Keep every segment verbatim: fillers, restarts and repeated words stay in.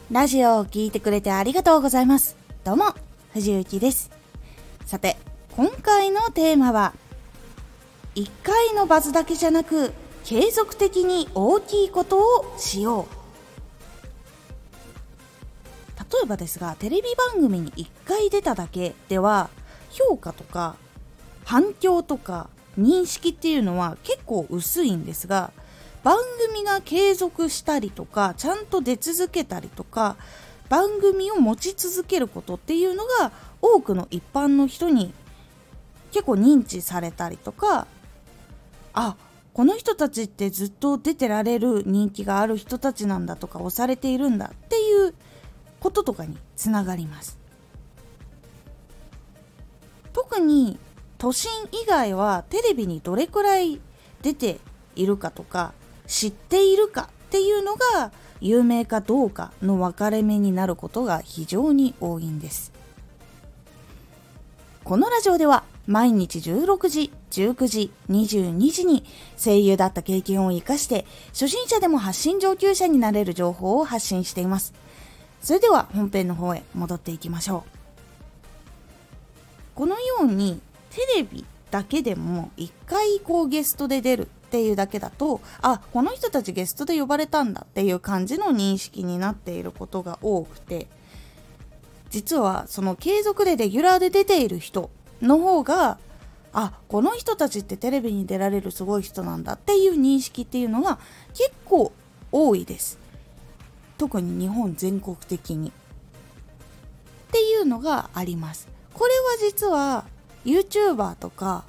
ラジオを聞いてくれてありがとうございます。どうも藤幸です。さて今回のテーマは、いっかいのバズだけじゃなく継続的に大きいことをしよう。例えばですが、テレビ番組にいっかい出ただけでは評価とか反響とか認識っていうのは結構薄いんですが、番組が継続したりとかちゃんと出続けたりとか番組を持ち続けることっていうのが多くの一般の人に結構認知されたりとか、あ、この人たちってずっと出てられる人気がある人たちなんだとか、推されているんだっていうこととかにつながります。特に都心以外はテレビにどれくらい出ているかとか知っているかっていうのが有名かどうかの分かれ目になることが非常に多いんです。このラジオでは毎日じゅうろくじ、じゅうくじ、にじゅうにじに声優だった経験を生かして初心者でも発信上級者になれる情報を発信しています。それでは本編の方へ戻っていきましょう。このようにテレビだけでもいっかいこうゲストで出るっていうだけだと、あ、この人たちゲストで呼ばれたんだっていう感じの認識になっていることが多くて、実はその継続でレギュラーで出ている人の方が、あ、この人たちってテレビに出られるすごい人なんだっていう認識っていうのが結構多いです。特に日本全国的にっていうのがあります。これは実は YouTuber とか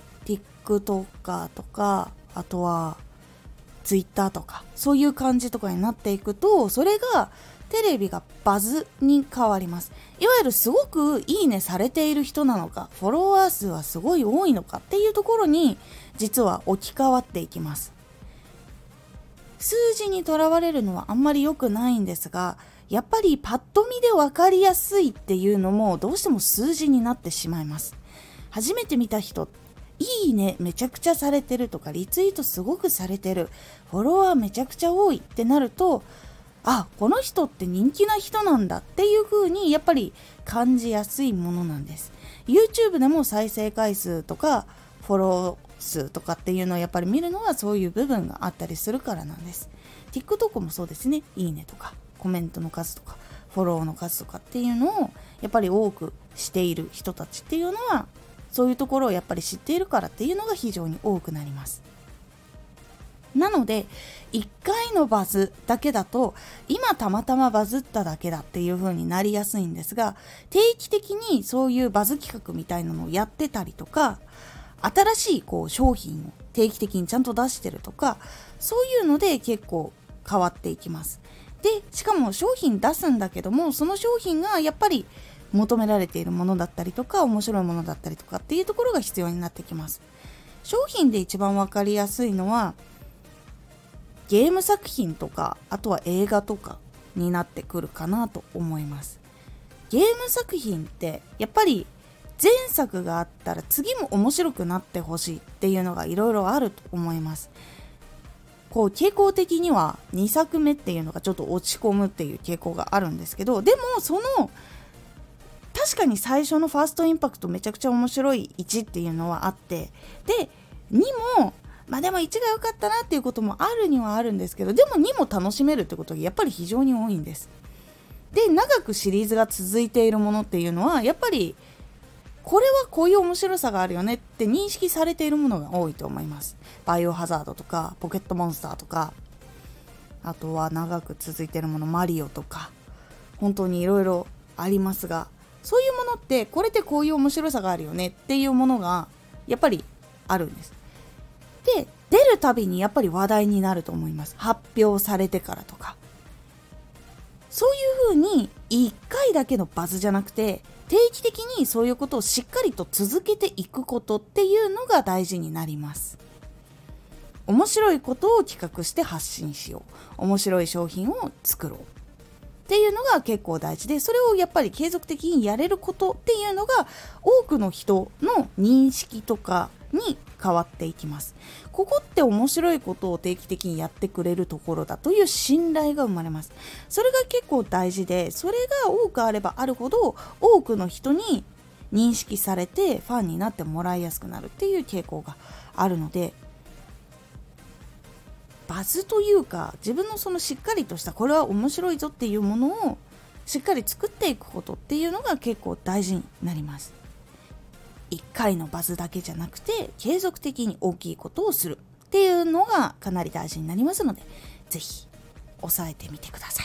TikToker とか、あとは Twitter とかそういう感じとかになっていくと、それがテレビがバズに変わります。いわゆるすごくいいねされている人なのか、フォロワー数はすごい多いのかっていうところに実は置き換わっていきます。数字にとらわれるのはあんまり良くないんですが、やっぱりパッと見で分かりやすいっていうのもどうしても数字になってしまいます。初めて見た人、いいねめちゃくちゃされてるとか、リツイートすごくされてる、フォロワーめちゃくちゃ多いってなると、あ、この人って人気な人なんだっていう風にやっぱり感じやすいものなんです。 YouTube でも再生回数とかフォロー数とかっていうのをやっぱり見るのはそういう部分があったりするからなんです。 TikTok もそうですね。いいねとかコメントの数とかフォローの数とかっていうのをやっぱり多くしている人たちっていうのは、そういうところをやっぱり知っているからっていうのが非常に多くなります。なのでいっかいのバズだけだと、今たまたまバズっただけだっていう風になりやすいんですが、定期的にそういうバズ企画みたいなのをやってたりとか、新しいこう商品を定期的にちゃんと出してるとか、そういうので結構変わっていきます。で、しかも商品出すんだけども、その商品がやっぱり求められているものだったりとか、面白いものだったりとかっていうところが必要になってきます。商品で一番わかりやすいのはゲーム作品とか、あとは映画とかになってくるかなと思います。ゲーム作品ってやっぱり前作があったら次も面白くなってほしいっていうのがいろいろあると思います。こう傾向的にはにさくめっていうのがちょっと落ち込むっていう傾向があるんですけど、でもその確かに最初のファーストインパクトめちゃくちゃ面白いいちっていうのはあって、でにもまあでもいちが良かったなっていうこともあるにはあるんですけど、でもにも楽しめるってことがやっぱり非常に多いんです。で、長くシリーズが続いているものっていうのはやっぱりこれはこういう面白さがあるよねって認識されているものが多いと思います。バイオハザードとかポケットモンスターとか、あとは長く続いているものマリオとか、本当にいろいろありますが、そういうものってこれってこういう面白さがあるよねっていうものがやっぱりあるんです。で、出るたびにやっぱり話題になると思います。発表されてからとか。そういう風にいっかいだけのバズじゃなくて、定期的にそういうことをしっかりと続けていくことっていうのが大事になります。面白いことを企画して発信しよう。面白い商品を作ろう。っていうのが結構大事で、それをやっぱり継続的にやれることっていうのが多くの人の認識とかに変わっていきます。ここって面白いことを定期的にやってくれるところだという信頼が生まれます。それが結構大事で、それが多くあればあるほど多くの人に認識されてファンになってもらいやすくなるっていう傾向があるので、バズというか自分のそのしっかりとしたこれは面白いぞっていうものをしっかり作っていくことっていうのが結構大事になります。いっかいのバズだけじゃなくて継続的に大きいことをするっていうのがかなり大事になりますので、ぜひ押さえてみてください。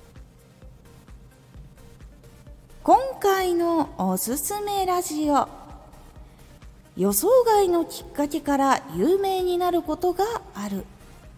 今回のおすすめラジオ、予想外のきっかけから有名になることがある。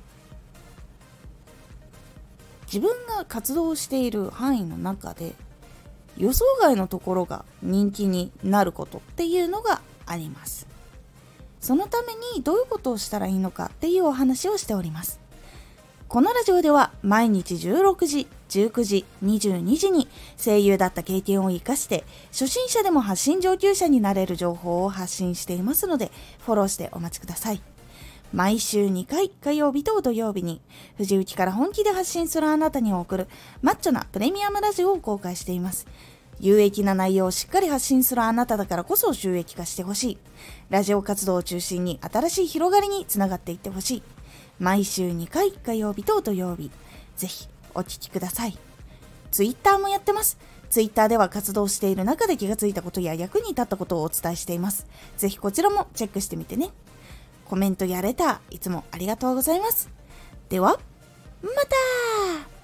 自分が活動している範囲の中で予想外のところが人気になることっていうのがあります。そのためにどういうことをしたらいいのかっていうお話をしております。このラジオでは毎日じゅうろくじ、じゅうくじ、にじゅうにじに声優だった経験を生かして初心者でも発信上級者になれる情報を発信していますので、フォローしてお待ちください。毎週にかい、火曜日と土曜日に藤雪から本気で発信するあなたに送るマッチョなプレミアムラジオを公開しています。有益な内容をしっかり発信するあなただからこそ収益化してほしい。ラジオ活動を中心に新しい広がりにつながっていってほしい。毎週にかい、火曜日と土曜日、ぜひお聞きください。ツイッターもやってます。ツイッターでは活動している中で気がついたことや役に立ったことをお伝えしています。ぜひこちらもチェックしてみてね。コメントやレターいつもありがとうございます。ではまた。